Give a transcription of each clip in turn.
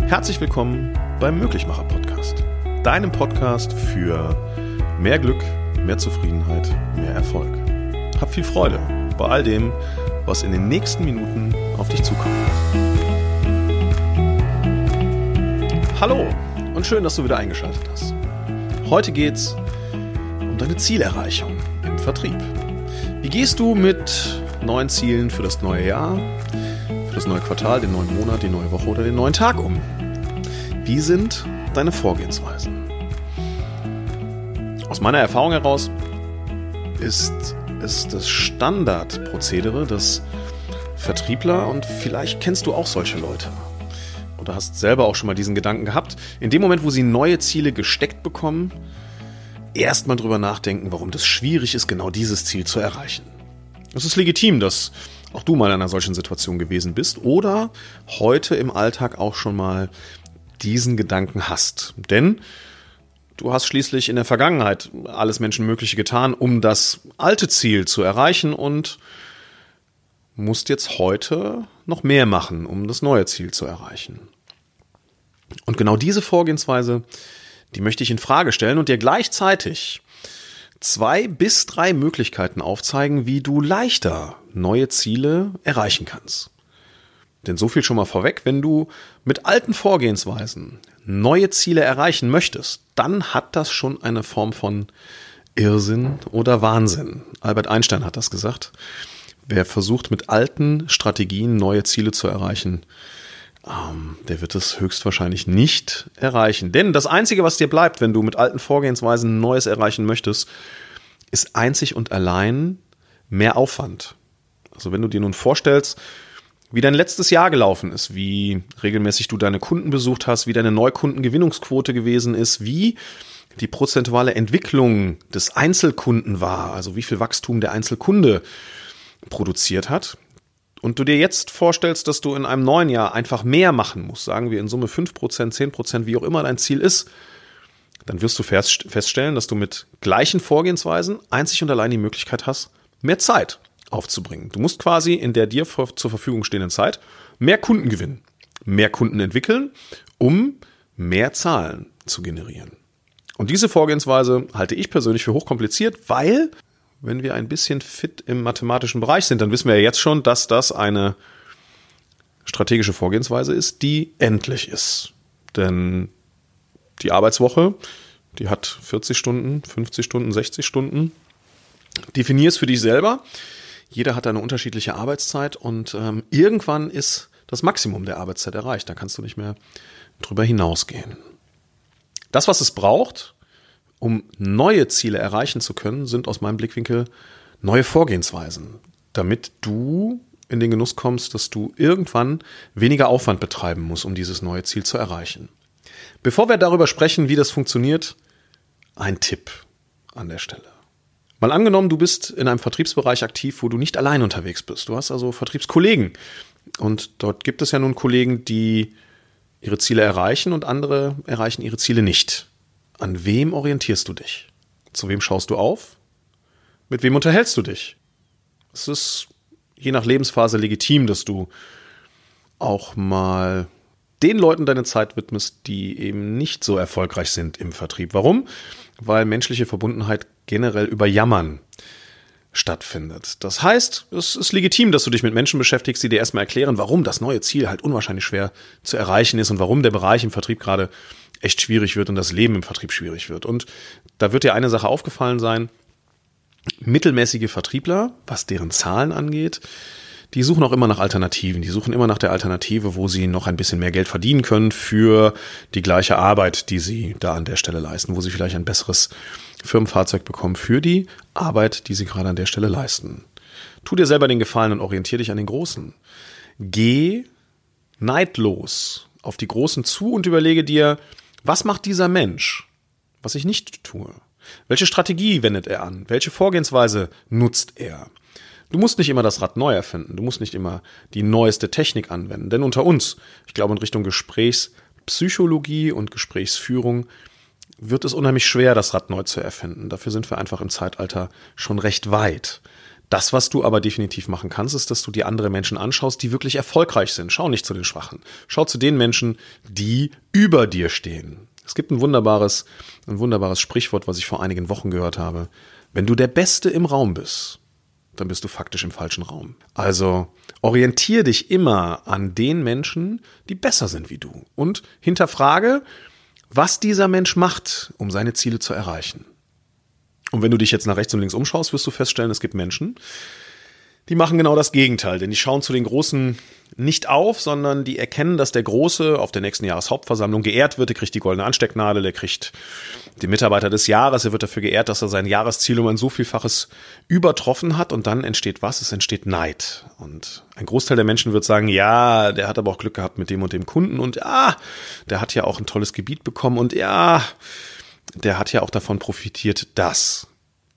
Herzlich willkommen beim Möglichmacher-Podcast, deinem Podcast für mehr Glück, mehr Zufriedenheit, mehr Erfolg. Hab viel Freude bei all dem, was in den nächsten Minuten auf dich zukommt. Hallo und schön, dass du wieder eingeschaltet hast. Heute geht's um deine Zielerreichung im Vertrieb. Wie gehst du mit neuen Zielen für das neue Jahr, für das neue Quartal, den neuen Monat, die neue Woche oder den neuen Tag um? Wie sind deine Vorgehensweisen? Aus meiner Erfahrung heraus ist es das Standardprozedere, dass Vertriebler, und vielleicht kennst du auch solche Leute oder hast selber auch schon mal diesen Gedanken gehabt, in dem Moment, wo sie neue Ziele gesteckt bekommen, erstmal drüber nachdenken, warum das schwierig ist, genau dieses Ziel zu erreichen. Es ist legitim, dass auch du mal in einer solchen Situation gewesen bist oder heute im Alltag auch schon mal diesen Gedanken hast. Denn du hast schließlich in der Vergangenheit alles Menschenmögliche getan, um das alte Ziel zu erreichen und musst jetzt heute noch mehr machen, um das neue Ziel zu erreichen. Und genau diese Vorgehensweise, die möchte ich in Frage stellen und dir gleichzeitig 2 bis 3 Möglichkeiten aufzeigen, wie du leichter neue Ziele erreichen kannst. Denn so viel schon mal vorweg, wenn du mit alten Vorgehensweisen neue Ziele erreichen möchtest, dann hat das schon eine Form von Irrsinn oder Wahnsinn. Albert Einstein hat das gesagt. Wer versucht, mit alten Strategien neue Ziele zu erreichen, der wird es höchstwahrscheinlich nicht erreichen. Denn das Einzige, was dir bleibt, wenn du mit alten Vorgehensweisen Neues erreichen möchtest, ist einzig und allein mehr Aufwand. Also wenn du dir nun vorstellst, wie dein letztes Jahr gelaufen ist, wie regelmäßig du deine Kunden besucht hast, wie deine Neukundengewinnungsquote gewesen ist, wie die prozentuale Entwicklung des Einzelkunden war, also wie viel Wachstum der Einzelkunde produziert hat, und du dir jetzt vorstellst, dass du in einem neuen Jahr einfach mehr machen musst, sagen wir in Summe 5%, 10%, wie auch immer dein Ziel ist, dann wirst du feststellen, dass du mit gleichen Vorgehensweisen einzig und allein die Möglichkeit hast, mehr Zeit aufzubringen. Du musst quasi in der dir zur Verfügung stehenden Zeit mehr Kunden gewinnen, mehr Kunden entwickeln, um mehr Zahlen zu generieren. Und diese Vorgehensweise halte ich persönlich für hochkompliziert, weil, wenn wir ein bisschen fit im mathematischen Bereich sind, dann wissen wir ja jetzt schon, dass das eine strategische Vorgehensweise ist, die endlich ist. Denn die Arbeitswoche, die hat 40 Stunden, 50 Stunden, 60 Stunden. Definier es für dich selber. Jeder hat eine unterschiedliche Arbeitszeit und irgendwann ist das Maximum der Arbeitszeit erreicht. Da kannst du nicht mehr drüber hinausgehen. Das, was es braucht, um neue Ziele erreichen zu können, sind aus meinem Blickwinkel neue Vorgehensweisen, damit du in den Genuss kommst, dass du irgendwann weniger Aufwand betreiben musst, um dieses neue Ziel zu erreichen. Bevor wir darüber sprechen, wie das funktioniert, ein Tipp an der Stelle. Mal angenommen, du bist in einem Vertriebsbereich aktiv, wo du nicht allein unterwegs bist. Du hast also Vertriebskollegen. Und dort gibt es ja nun Kollegen, die ihre Ziele erreichen und andere erreichen ihre Ziele nicht. An wem orientierst du dich? Zu wem schaust du auf? Mit wem unterhältst du dich? Es ist je nach Lebensphase legitim, dass du auch mal den Leuten deine Zeit widmest, die eben nicht so erfolgreich sind im Vertrieb. Warum? Weil menschliche Verbundenheit generell über Jammern stattfindet. Das heißt, es ist legitim, dass du dich mit Menschen beschäftigst, die dir erstmal erklären, warum das neue Ziel halt unwahrscheinlich schwer zu erreichen ist und warum der Bereich im Vertrieb gerade echt schwierig wird und das Leben im Vertrieb schwierig wird. Und da wird dir eine Sache aufgefallen sein: mittelmäßige Vertriebler, was deren Zahlen angeht, die suchen auch immer nach Alternativen. Die suchen immer nach der Alternative, wo sie noch ein bisschen mehr Geld verdienen können für die gleiche Arbeit, die sie da an der Stelle leisten, wo sie vielleicht ein besseres Firmenfahrzeug bekommen für die Arbeit, die sie gerade an der Stelle leisten. Tu dir selber den Gefallen und orientiere dich an den Großen. Geh neidlos auf die Großen zu und überlege dir, was macht dieser Mensch, was ich nicht tue? Welche Strategie wendet er an? Welche Vorgehensweise nutzt er? Du musst nicht immer das Rad neu erfinden. Du musst nicht immer die neueste Technik anwenden. Denn unter uns, ich glaube, in Richtung Gesprächspsychologie und Gesprächsführung wird es unheimlich schwer, das Rad neu zu erfinden. Dafür sind wir einfach im Zeitalter schon recht weit. Das, was du aber definitiv machen kannst, ist, dass du dir andere Menschen anschaust, die wirklich erfolgreich sind. Schau nicht zu den Schwachen. Schau zu den Menschen, die über dir stehen. Es gibt ein wunderbares Sprichwort, was ich vor einigen Wochen gehört habe. Wenn du der Beste im Raum bist, dann bist du faktisch im falschen Raum. Also orientiere dich immer an den Menschen, die besser sind wie du. Und hinterfrage, was dieser Mensch macht, um seine Ziele zu erreichen. Und wenn du dich jetzt nach rechts und links umschaust, wirst du feststellen, es gibt Menschen, die machen genau das Gegenteil. Denn die schauen zu den Großen nicht auf, sondern die erkennen, dass der Große auf der nächsten Jahreshauptversammlung geehrt wird. Der kriegt die goldene Anstecknadel, der kriegt den Mitarbeiter des Jahres. Er wird dafür geehrt, dass er sein Jahresziel um ein so vielfaches übertroffen hat. Und dann entsteht was? Es entsteht Neid. Und ein Großteil der Menschen wird sagen, ja, der hat aber auch Glück gehabt mit dem und dem Kunden. Und ja, der hat ja auch ein tolles Gebiet bekommen. Und ja, der hat ja auch davon profitiert, das.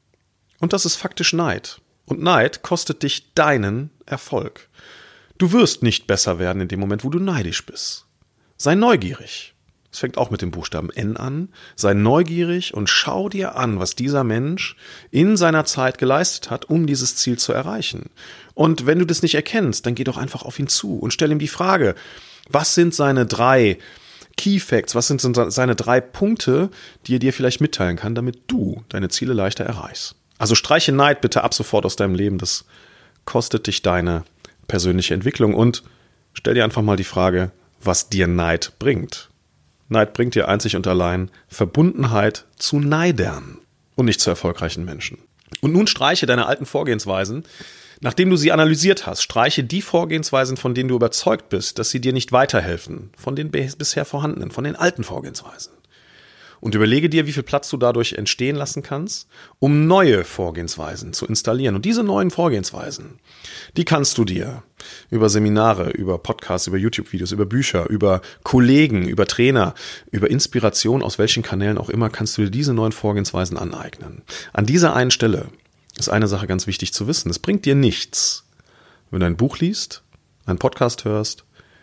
Und das ist faktisch Neid. Und Neid kostet dich deinen Erfolg. Du wirst nicht besser werden in dem Moment, wo du neidisch bist. Sei neugierig. Es fängt auch mit dem Buchstaben N an. Sei neugierig und schau dir an, was dieser Mensch in seiner Zeit geleistet hat, um dieses Ziel zu erreichen. Und wenn du das nicht erkennst, dann geh doch einfach auf ihn zu und stell ihm die Frage, was sind seine 3 Key Facts, was sind seine 3 Punkte, die er dir vielleicht mitteilen kann, damit du deine Ziele leichter erreichst. Also streiche Neid bitte ab sofort aus deinem Leben, das kostet dich deine persönliche Entwicklung und stell dir einfach mal die Frage, was dir Neid bringt. Neid bringt dir einzig und allein Verbundenheit zu Neidern und nicht zu erfolgreichen Menschen. Und nun streiche deine alten Vorgehensweisen, nachdem du sie analysiert hast, streiche die Vorgehensweisen, von denen du überzeugt bist, dass sie dir nicht weiterhelfen, von den bisher vorhandenen, von den alten Vorgehensweisen. Und überlege dir, wie viel Platz du dadurch entstehen lassen kannst, um neue Vorgehensweisen zu installieren. Und diese neuen Vorgehensweisen, die kannst du dir über Seminare, über Podcasts, über YouTube-Videos, über Bücher, über Kollegen, über Trainer, über Inspiration, aus welchen Kanälen auch immer, kannst du dir diese neuen Vorgehensweisen aneignen. An dieser einen Stelle ist eine Sache ganz wichtig zu wissen. Es bringt dir nichts, wenn du ein Buch liest, einen Podcast hörst,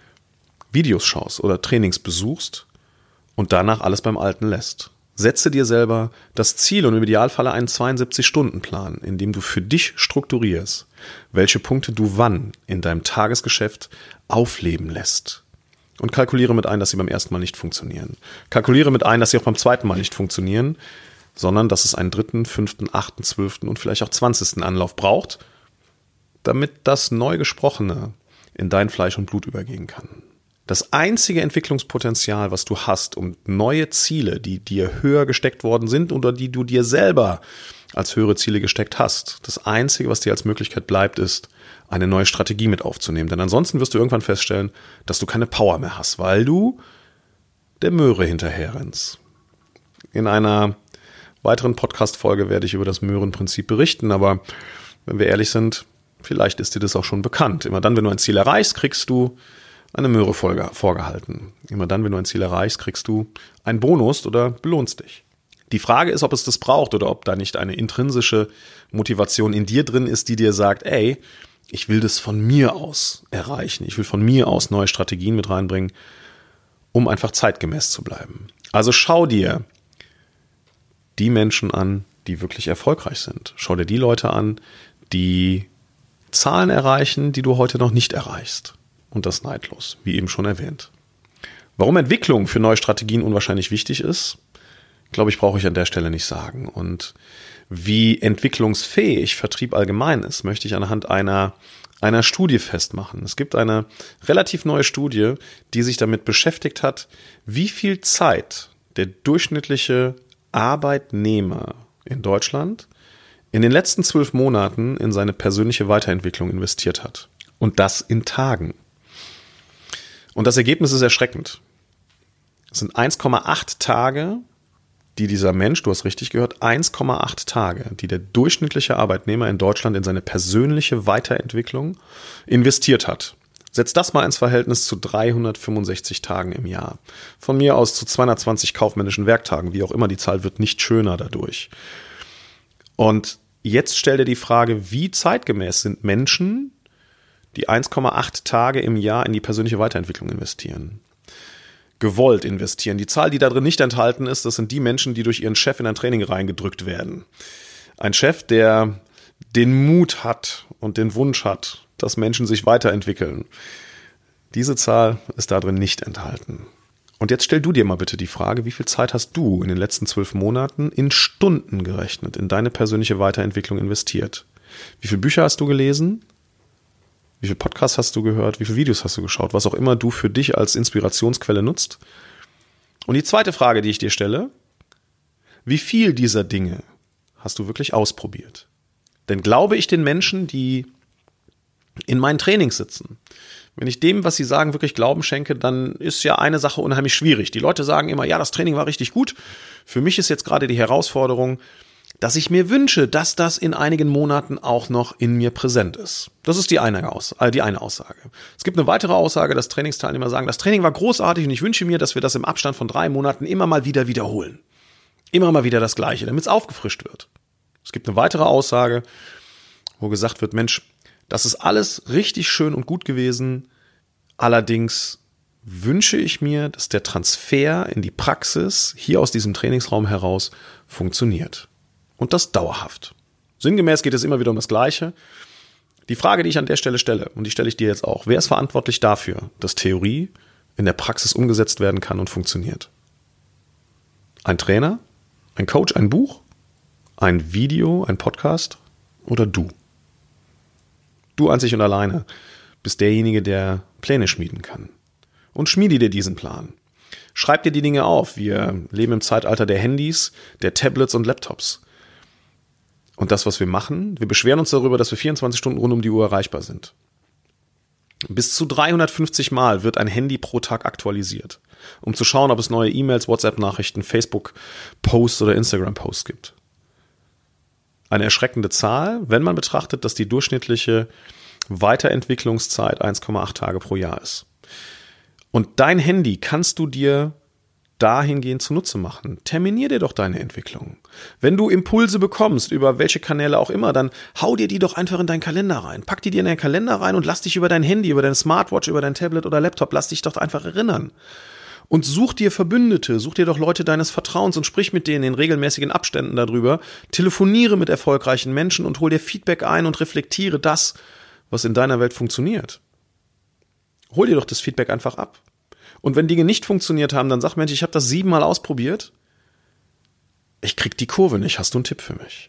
Videos schaust oder Trainings besuchst und danach alles beim Alten lässt. Setze dir selber das Ziel und im Idealfalle einen 72-Stunden-Plan, in dem du für dich strukturierst, welche Punkte du wann in deinem Tagesgeschäft aufleben lässt. Und kalkuliere mit ein, dass sie beim ersten Mal nicht funktionieren. Kalkuliere mit ein, dass sie auch beim zweiten Mal nicht funktionieren, sondern dass es einen 3., 5., 8., 12. und vielleicht auch 20. Anlauf braucht, damit das Neugesprochene in dein Fleisch und Blut übergehen kann. Das einzige Entwicklungspotenzial, was du hast, um neue Ziele, die dir höher gesteckt worden sind oder die du dir selber als höhere Ziele gesteckt hast, das Einzige, was dir als Möglichkeit bleibt, ist, eine neue Strategie mit aufzunehmen. Denn ansonsten wirst du irgendwann feststellen, dass du keine Power mehr hast, weil du der Möhre hinterherrennst. In einer weiteren Podcast-Folge werde ich über das Möhrenprinzip berichten, aber wenn wir ehrlich sind, vielleicht ist dir das auch schon bekannt. Immer dann, wenn du ein Ziel erreichst, kriegst du eine Möhre vorgehalten. Immer dann, wenn du ein Ziel erreichst, kriegst du einen Bonus oder belohnst dich. Die Frage ist, ob es das braucht oder ob da nicht eine intrinsische Motivation in dir drin ist, die dir sagt, ey, ich will das von mir aus erreichen. Ich will von mir aus neue Strategien mit reinbringen, um einfach zeitgemäß zu bleiben. Also schau dir die Menschen an, die wirklich erfolgreich sind. Schau dir die Leute an, die Zahlen erreichen, die du heute noch nicht erreichst. Und das neidlos, wie eben schon erwähnt. Warum Entwicklung für neue Strategien unwahrscheinlich wichtig ist, glaube ich, brauche ich an der Stelle nicht sagen. Und wie entwicklungsfähig Vertrieb allgemein ist, möchte ich anhand einer Studie festmachen. Es gibt eine relativ neue Studie, die sich damit beschäftigt hat, wie viel Zeit der durchschnittliche Arbeitnehmer in Deutschland in den letzten 12 Monaten in seine persönliche Weiterentwicklung investiert hat. Und das in Tagen. Und das Ergebnis ist erschreckend. Es sind 1,8 Tage, die dieser Mensch, du hast richtig gehört, 1,8 Tage, die der durchschnittliche Arbeitnehmer in Deutschland in seine persönliche Weiterentwicklung investiert hat. Setz das mal ins Verhältnis zu 365 Tagen im Jahr. Von mir aus zu 220 kaufmännischen Werktagen, wie auch immer, die Zahl wird nicht schöner dadurch. Und jetzt stell dir die Frage, wie zeitgemäß sind Menschen, die 1,8 Tage im Jahr in die persönliche Weiterentwicklung investieren. Gewollt investieren. Die Zahl, die da drin nicht enthalten ist, das sind die Menschen, die durch ihren Chef in ein Training reingedrückt werden. Ein Chef, der den Mut hat und den Wunsch hat, dass Menschen sich weiterentwickeln. Diese Zahl ist da drin nicht enthalten. Und jetzt stell du dir mal bitte die Frage, wie viel Zeit hast du in den letzten 12 Monaten in Stunden gerechnet in deine persönliche Weiterentwicklung investiert? Wie viele Bücher hast du gelesen? Wie viele Podcasts hast du gehört? Wie viele Videos hast du geschaut? Was auch immer du für dich als Inspirationsquelle nutzt. Und die zweite Frage, die ich dir stelle, wie viel dieser Dinge hast du wirklich ausprobiert? Denn glaube ich den Menschen, die in meinen Trainings sitzen, wenn ich dem, was sie sagen, wirklich Glauben schenke, dann ist ja eine Sache unheimlich schwierig. Die Leute sagen immer, ja, das Training war richtig gut. Für mich ist jetzt gerade die Herausforderung, dass ich mir wünsche, dass das in einigen Monaten auch noch in mir präsent ist. Das ist die eine Aussage. Es gibt eine weitere Aussage, dass Trainingsteilnehmer sagen, das Training war großartig und ich wünsche mir, dass wir das im Abstand von 3 Monaten immer mal wieder wiederholen. Immer mal wieder das Gleiche, damit es aufgefrischt wird. Es gibt eine weitere Aussage, wo gesagt wird, Mensch, das ist alles richtig schön und gut gewesen. Allerdings wünsche ich mir, dass der Transfer in die Praxis hier aus diesem Trainingsraum heraus funktioniert. Und das dauerhaft. Sinngemäß geht es immer wieder um das Gleiche. Die Frage, die ich an der Stelle stelle, und die stelle ich dir jetzt auch, wer ist verantwortlich dafür, dass Theorie in der Praxis umgesetzt werden kann und funktioniert? Ein Trainer? Ein Coach? Ein Buch? Ein Video? Ein Podcast? Oder du? Du einzig und alleine bist derjenige, der Pläne schmieden kann. Und schmiede dir diesen Plan. Schreib dir die Dinge auf. Wir leben im Zeitalter der Handys, der Tablets und Laptops. Und das, was wir machen, wir beschweren uns darüber, dass wir 24 Stunden rund um die Uhr erreichbar sind. Bis zu 350 Mal wird ein Handy pro Tag aktualisiert, um zu schauen, ob es neue E-Mails, WhatsApp-Nachrichten, Facebook-Posts oder Instagram-Posts gibt. Eine erschreckende Zahl, wenn man betrachtet, dass die durchschnittliche Weiterentwicklungszeit 1,8 Tage pro Jahr ist. Und dein Handy kannst du dir dahingehend zunutze machen. Terminier dir doch deine Entwicklung. Wenn du Impulse bekommst, über welche Kanäle auch immer, dann hau dir die doch einfach in deinen Kalender rein. Pack die dir in deinen Kalender rein und lass dich über dein Handy, über deine Smartwatch, über dein Tablet oder Laptop, lass dich doch einfach erinnern. Und such dir Verbündete, such dir doch Leute deines Vertrauens und sprich mit denen in regelmäßigen Abständen darüber. Telefoniere mit erfolgreichen Menschen und hol dir Feedback ein und reflektiere das, was in deiner Welt funktioniert. Hol dir doch das Feedback einfach ab. Und wenn Dinge nicht funktioniert haben, dann sag, Mensch, ich habe das 7-mal ausprobiert. Ich krieg die Kurve nicht. Hast du einen Tipp für mich?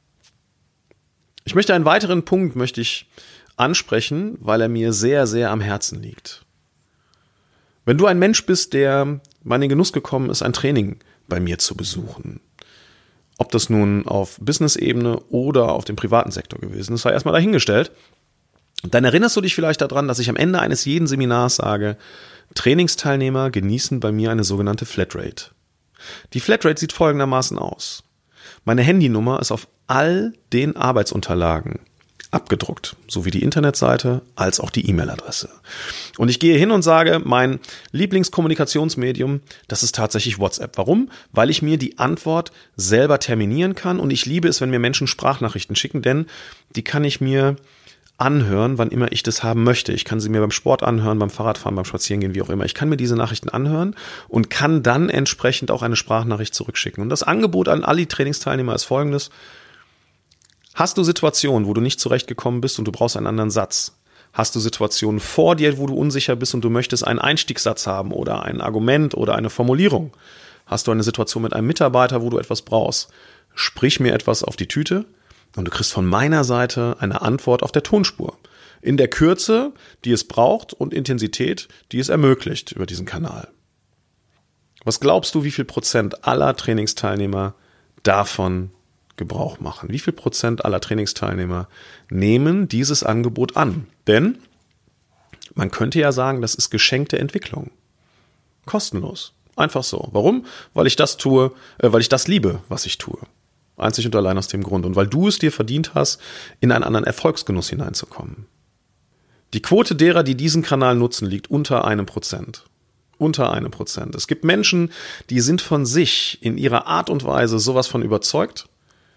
Ich möchte einen weiteren Punkt ansprechen, weil er mir sehr, sehr am Herzen liegt. Wenn du ein Mensch bist, der mal in den Genuss gekommen ist, ein Training bei mir zu besuchen, ob das nun auf Business-Ebene oder auf dem privaten Sektor gewesen ist, sei erstmal dahingestellt, dann erinnerst du dich vielleicht daran, dass ich am Ende eines jeden Seminars sage, Trainingsteilnehmer genießen bei mir eine sogenannte Flatrate. Die Flatrate sieht folgendermaßen aus. Meine Handynummer ist auf all den Arbeitsunterlagen abgedruckt, sowie die Internetseite als auch die E-Mail-Adresse. Und ich gehe hin und sage, mein Lieblingskommunikationsmedium, das ist tatsächlich WhatsApp. Warum? Weil ich mir die Antwort selber terminieren kann und ich liebe es, wenn mir Menschen Sprachnachrichten schicken, denn die kann ich mir anhören, wann immer ich das haben möchte. Ich kann sie mir beim Sport anhören, beim Fahrradfahren, beim Spazierengehen, wie auch immer. Ich kann mir diese Nachrichten anhören und kann dann entsprechend auch eine Sprachnachricht zurückschicken. Und das Angebot an alle Trainingsteilnehmer ist folgendes. Hast du Situationen, wo du nicht zurechtgekommen bist und du brauchst einen anderen Satz? Hast du Situationen vor dir, wo du unsicher bist und du möchtest einen Einstiegssatz haben oder ein Argument oder eine Formulierung? Hast du eine Situation mit einem Mitarbeiter, wo du etwas brauchst? Sprich mir etwas auf die Tüte und du kriegst von meiner Seite eine Antwort auf der Tonspur. In der Kürze, die es braucht und Intensität, die es ermöglicht über diesen Kanal. Was glaubst du, wie viel Prozent aller Trainingsteilnehmer davon Gebrauch machen? Wie viel Prozent aller Trainingsteilnehmer nehmen dieses Angebot an? Denn man könnte ja sagen, das ist geschenkte Entwicklung. Kostenlos. Einfach so. Warum? Weil ich das tue, weil ich das liebe, was ich tue. Einzig und allein aus dem Grund. Und weil du es dir verdient hast, in einen anderen Erfolgsgenuss hineinzukommen. Die Quote derer, die diesen Kanal nutzen, liegt unter 1%. Unter 1%. Es gibt Menschen, die sind von sich in ihrer Art und Weise sowas von überzeugt,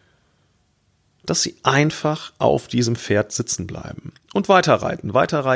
dass sie einfach auf diesem Pferd sitzen bleiben und weiterreiten.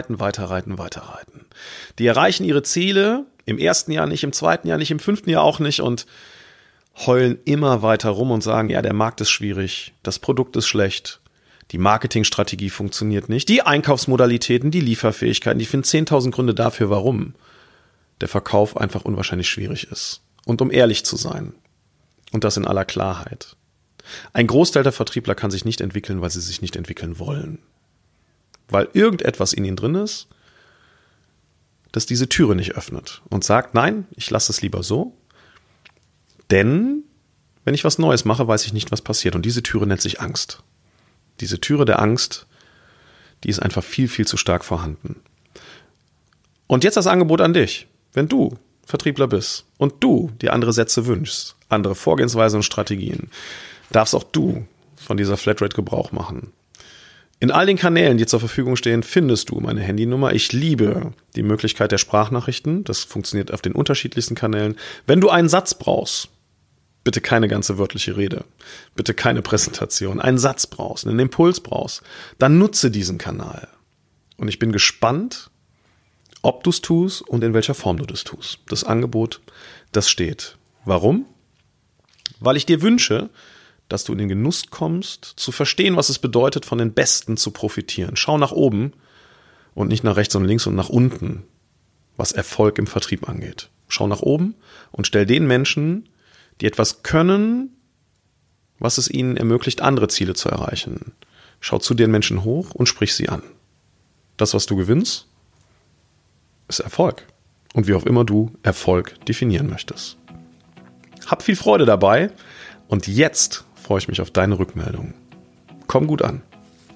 Die erreichen ihre Ziele im ersten Jahr nicht, im zweiten Jahr nicht, im 5. Jahr auch nicht und heulen immer weiter rum und sagen, ja, der Markt ist schwierig, das Produkt ist schlecht, die Marketingstrategie funktioniert nicht, die Einkaufsmodalitäten, die Lieferfähigkeiten, die finden 10.000 Gründe dafür, warum der Verkauf einfach unwahrscheinlich schwierig ist. Und um ehrlich zu sein, und das in aller Klarheit, ein Großteil der Vertriebler kann sich nicht entwickeln, weil sie sich nicht entwickeln wollen. Weil irgendetwas in ihnen drin ist, das diese Türe nicht öffnet und sagt, nein, ich lasse es lieber so, denn wenn ich was Neues mache, weiß ich nicht, was passiert. Und diese Türe nennt sich Angst. Diese Türe der Angst, die ist einfach viel, viel zu stark vorhanden. Und jetzt das Angebot an dich. Wenn du Vertriebler bist und du dir andere Sätze wünschst, andere Vorgehensweisen und Strategien, darfst auch du von dieser Flatrate Gebrauch machen. In all den Kanälen, die zur Verfügung stehen, findest du meine Handynummer. Ich liebe die Möglichkeit der Sprachnachrichten. Das funktioniert auf den unterschiedlichsten Kanälen. Wenn du einen Satz brauchst, bitte keine ganze wörtliche Rede, bitte keine Präsentation, einen Satz brauchst, einen Impuls brauchst, dann nutze diesen Kanal. Und ich bin gespannt, ob du es tust und in welcher Form du das tust. Das Angebot, das steht. Warum? Weil ich dir wünsche, dass du in den Genuss kommst, zu verstehen, was es bedeutet, von den Besten zu profitieren. Schau nach oben und nicht nach rechts und links und nach unten, was Erfolg im Vertrieb angeht. Schau nach oben und stell den Menschen, die etwas können, was es ihnen ermöglicht, andere Ziele zu erreichen. Schau zu den Menschen hoch und sprich sie an. Das, was du gewinnst, ist Erfolg. Und wie auch immer du Erfolg definieren möchtest. Hab viel Freude dabei und jetzt freue ich mich auf deine Rückmeldung. Komm gut an.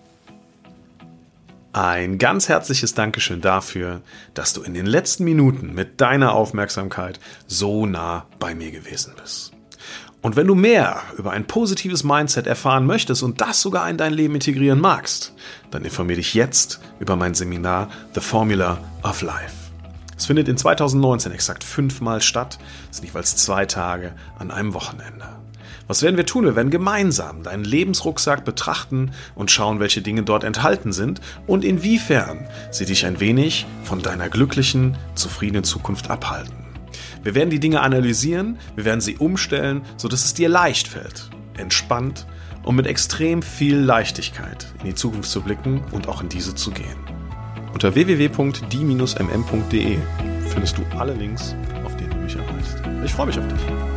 Ein ganz herzliches Dankeschön dafür, dass du in den letzten Minuten mit deiner Aufmerksamkeit so nah bei mir gewesen bist. Und wenn du mehr über ein positives Mindset erfahren möchtest und das sogar in dein Leben integrieren magst, dann informiere dich jetzt über mein Seminar The Formula of Life. Es findet in 2019 exakt 5-mal statt, es sind jeweils 2 Tage an einem Wochenende. Was werden wir tun? Wir werden gemeinsam deinen Lebensrucksack betrachten und schauen, welche Dinge dort enthalten sind und inwiefern sie dich ein wenig von deiner glücklichen, zufriedenen Zukunft abhalten. Wir werden die Dinge analysieren, wir werden sie umstellen, sodass es dir leicht fällt, entspannt und mit extrem viel Leichtigkeit in die Zukunft zu blicken und auch in diese zu gehen. Unter www.die-mm.de findest du alle Links, auf denen du mich erreichst. Ich freue mich auf dich.